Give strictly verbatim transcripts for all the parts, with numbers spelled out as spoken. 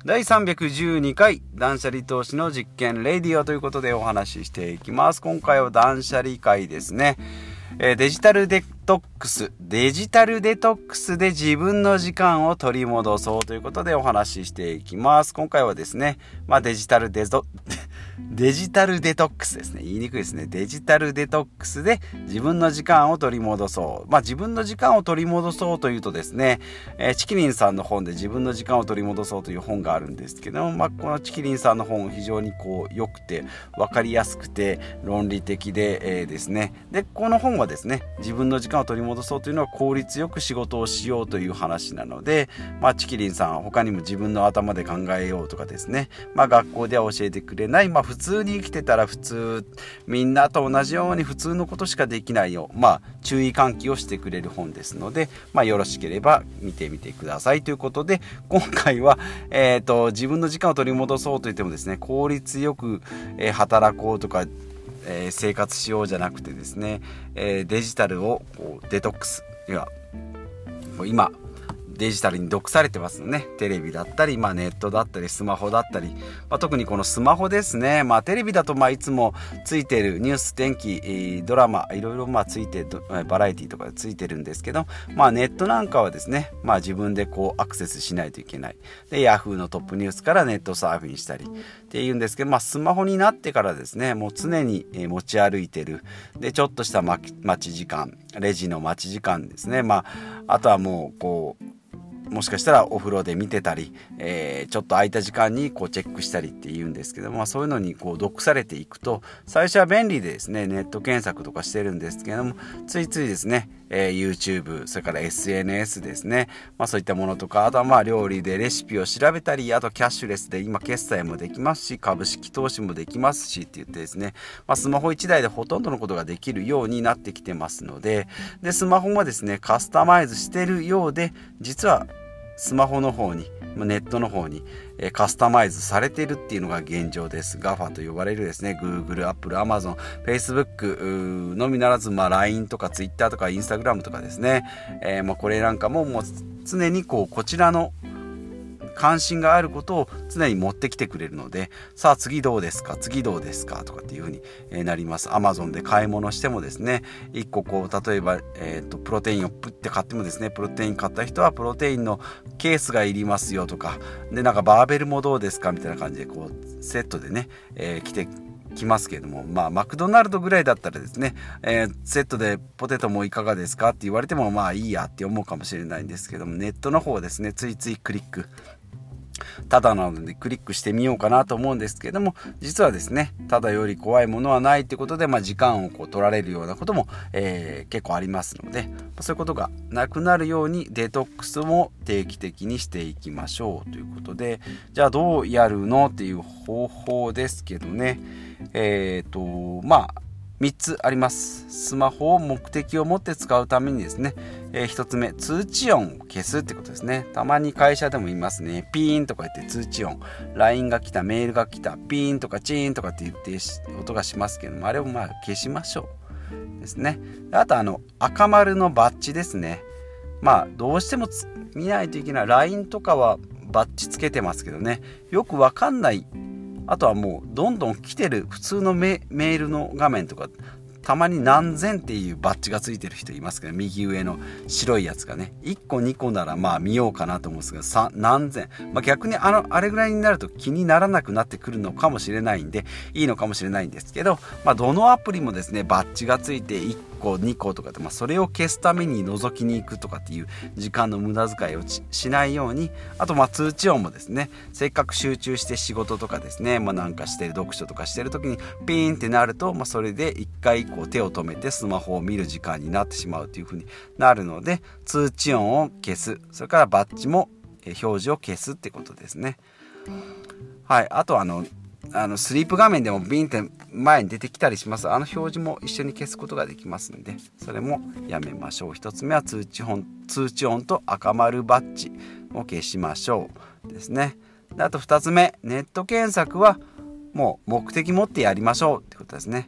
だいさんびゃくじゅうにかい断捨離投資の実験レディオということでお話ししていきます。今回は断捨離会ですね。えー、デジタルデトックスデジタルデトックスで自分の時間を取り戻そうということでお話ししていきます。今回はですね、まあ、デジタルデゾデジタルデトックスですね。言いにくいですね。デジタルデトックスで自分の時間を取り戻そう。まあ自分の時間を取り戻そうというとですね、えー、チキリンさんの本で自分の時間を取り戻そうという本があるんですけども、まあこのチキリンさんの本非常にこう良くて分かりやすくて論理的で、えー、ですね。で、この本はですね、自分の時間を取り戻そうというのは効率よく仕事をしようという話なので、まあチキリンさんは他にも自分の頭で考えようとかですね、まあ学校では教えてくれない、まあ普通に生きてたら普通みんなと同じように普通のことしかできないよ、まあ注意喚起をしてくれる本ですので、まあよろしければ見てみてくださいということで、今回は、えーと、自分の時間を取り戻そうといってもですね、効率よく、えー、働こうとか、えー、生活しようじゃなくてですね、えー、デジタルをこうデトックス、いや今デジタルに毒されてますのね。テレビだったり、まあ、ネットだったりスマホだったり、まあ、特にこのスマホですね。まあ、テレビだとまあいつもついてるニュース、天気、ドラマいろいろまあついてバラエティとかでついてるんですけど、まあ、ネットなんかはですね、まあ、自分でこうアクセスしないといけない。でヤフーのトップニュースからネットサーフィンしたりっていうんですけど、まあ、スマホになってからですね、もう常に持ち歩いてる。でちょっとした待ち時間、レジの待ち時間ですね。まあ、あとはもうこうもしかしたらお風呂で見てたり、えー、ちょっと空いた時間にこうチェックしたりって言うんですけども、まあ、そういうのにこう毒されていくと、最初は便利でですね、ネット検索とかしてるんですけども、ついついですね、えー、YouTube、それから エスエヌエス ですね、まあ、そういったものとか、あとはまあ料理でレシピを調べたり、あとキャッシュレスで今決済もできますし、株式投資もできますしって言ってですね、まあ、スマホいちだいでほとんどのことができるようになってきてますので、でスマホもですねカスタマイズしてるようで、実はスマホの方に、ネットの方にカスタマイズされているっていうのが現状です。ガファ と呼ばれるですね、Google、Apple、Amazon、Facebook のみならず、まあ、ライン とか Twitter とか Instagram とかですね、えー、まあこれなんかももう常にこうこちらの関心があることを常に持ってきてくれるので、さあ次どうですか次どうですかとかっていう風になります。 Amazon で買い物してもですね、いっここう例えば、えーと、プロテインをプッて買ってもですね、プロテイン買った人はプロテインのケースがいりますよとかで、なんかバーベルもどうですかみたいな感じでこうセットでね、えー、来てきますけれども、まあマクドナルドぐらいだったらですね、えー、セットでポテトもいかがですかって言われてもまあいいやって思うかもしれないんですけども、ネットの方はですね、ついついクリックただなのでクリックしてみようかなと思うんですけども、実はですね、ただより怖いものはないってことで、まあ、時間をこう取られるようなことも、えー、結構ありますので、そういうことがなくなるようにデトックスも定期的にしていきましょうということで、じゃあどうやるのっていう方法ですけどね、えっとまあみっつあります。スマホを目的を持って使うためにですね、えー、ひとつめ、通知音を消すってことですね。たまに会社でも言いますね。ピーンとか言って通知音、 ライン が来た、メールが来た、ピーンとかチーンとかって言って音がしますけども、あれをまあ消しましょうですね。あとあの赤丸のバッジですね。まあどうしても見ないといけない。 ライン とかはバッジつけてますけどね、よくわかんない。あとはもうどんどん来てる普通の メ, メールの画面とか、たまに何千っていうバッジがついてる人いますけど、右上の白いやつがね、いっこにこならまあ見ようかなと思うんですが、さ何千、まあ、逆にあのあれぐらいになると気にならなくなってくるのかもしれないんでいいのかもしれないんですけど、まあ、どのアプリもですねバッジがついていっこにことかって、まあ、それを消すために覗きに行くとかっていう時間の無駄遣いを し, しないように、あとまあ通知音もですね、せっかく集中して仕事とかですね、まあ、なんかしてる読書とかしてる時にピーンってなると、まあ、それで一回こう手を止めてスマホを見る時間になってしまうという風になるので、通知音を消す、それからバッジも表示を消すってことですね。はい、あとあのあのスリープ画面でもビンって前に出てきたりします。あの表示も一緒に消すことができますので、それもやめましょう。一つ目は通知音、通知音と赤丸バッジを消しましょうですね。であとふたつめ、ネット検索はもう目的持ってやりましょうってことですね。ネ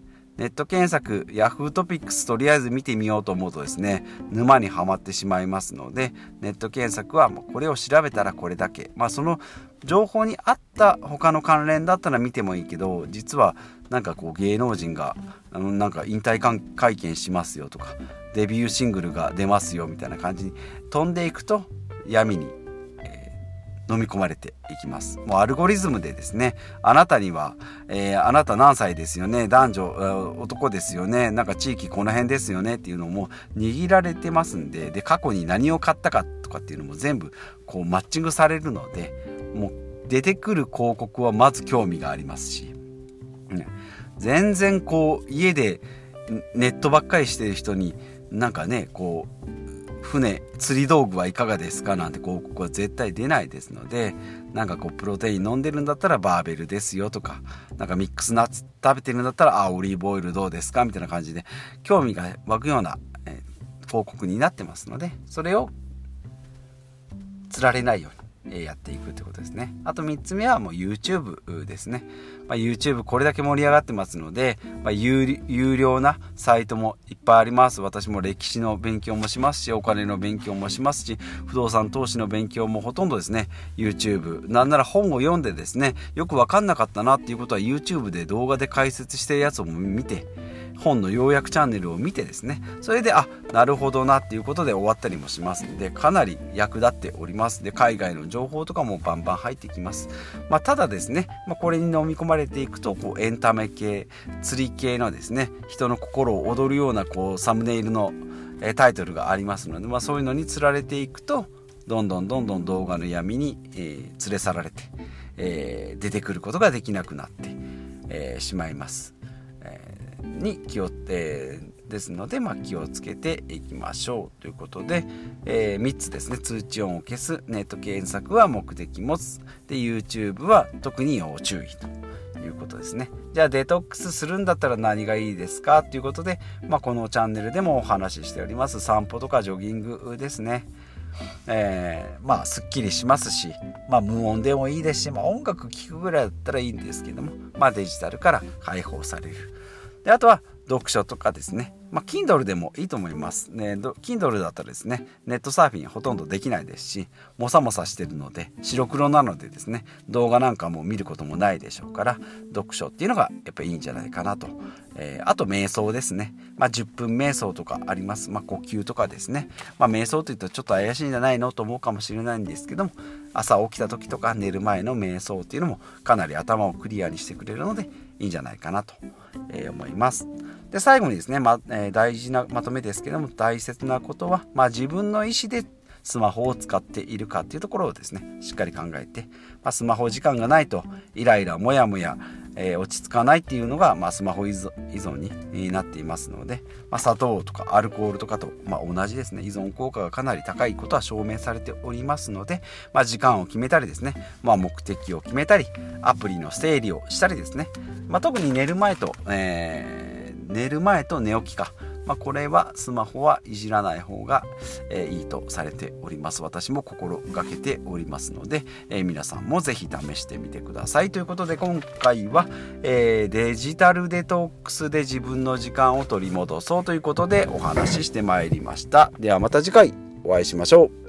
ネット検索 ヤフー トピックスとりあえず見てみようと思うとですね、沼にはまってしまいますので、ネット検索はもうこれを調べたらこれだけ、まあその情報に合った他の関連だったら見てもいいけど、実はなんかこう芸能人があのなんか引退会見しますよとか、デビューシングルが出ますよみたいな感じに飛んでいくと闇に、えー、飲み込まれていきます。もうアルゴリズムでですね、あなたには、えー、あなた何歳ですよね、男女男ですよね、なんか地域この辺ですよねっていうのも握られてますんで、で過去に何を買ったかとかっていうのも全部こうマッチングされるので、もう出てくる広告はまず興味がありますし、ね、全然こう家でネットばっかりしてる人になんかね、こう船釣り道具はいかがですかなんて広告は絶対出ないですので、なんかこうプロテイン飲んでるんだったらバーベルですよとか、なんかミックスナッツ食べてるんだったらあオリーブオイルどうですかみたいな感じで興味が湧くような、えー、広告になってますので、それを釣られないようにやっていくということですね。あとみっつめはもう YouTube ですね。まあ、YouTube これだけ盛り上がってますので、まあ、有, 有料なサイトもいっぱいあります。私も歴史の勉強もしますし、お金の勉強もしますし、不動産投資の勉強もほとんどですね YouTube、 なんなら本を読んでですね、よく分かんなかったなっていうことは YouTube で動画で解説してるやつを見て、本の要約チャンネルを見てですね、それであなるほどなっていうことで終わったりもしますので、かなり役立っております。で海外の情報とかもバンバン入ってきます。まあ、ただですね、まあ、これに飲み込まれていくとこうエンタメ系、釣り系のですね、人の心を踊るようなこうサムネイルの、えー、タイトルがありますので、まあ、そういうのに釣られていくとどんどんどんどん動画の闇に、えー、連れ去られて、えー、出てくることができなくなって、えー、しまいます。えーに気を、えー、ですので、まあ、気をつけていきましょうということで、えー、みっつですね。通知音を消す、ネット検索は目的持つで、 YouTube は特に要注意ということですね。じゃあデトックスするんだったら何がいいですかということで、まあ、このチャンネルでもお話ししております散歩とかジョギングですね。えー、まあすっきりしますし、まあ、無音でもいいですし、まあ、音楽聴くぐらいだったらいいんですけども、まあ、デジタルから解放される。であとは読書とかですね、まあ、Kindle でもいいと思いますね。Kindle だったらですね、ネットサーフィンほとんどできないですし、もさもさしてるので白黒なのでですね、動画なんかも見ることもないでしょうから、読書っていうのがやっぱりいいんじゃないかなと。えー、あと瞑想ですね。まあ、じゅっぷん瞑想とかあります。まあ、呼吸とかですね。まあ、瞑想といったらちょっと怪しいんじゃないのと思うかもしれないんですけども、朝起きた時とか寝る前の瞑想っていうのもかなり頭をクリアにしてくれるのでいいんじゃないかなと思います。で最後にですね、まえー、大事なまとめですけども、大切なことは、まあ、自分の意思でスマホを使っているかっていうところをですね、しっかり考えて、まあ、スマホ時間がないとイライラモヤモヤ、えー、落ち着かないっていうのが、まあ、スマホ依存、依存になっていますので、まあ、砂糖とかアルコールとかと、まあ、同じですね。依存効果がかなり高いことは証明されておりますので、まあ、時間を決めたりですね、まあ、目的を決めたりアプリの整理をしたりですね、まあ、特に寝る前と、えー寝る前と寝起きか、まあ、これはスマホはいじらない方が、えー、いいとされております。私も心がけておりますので、えー、皆さんもぜひ試してみてくださいということで、今回は、えー、デジタルデトックスで自分の時間を取り戻そうということでお話ししてまいりました。ではまた次回お会いしましょう。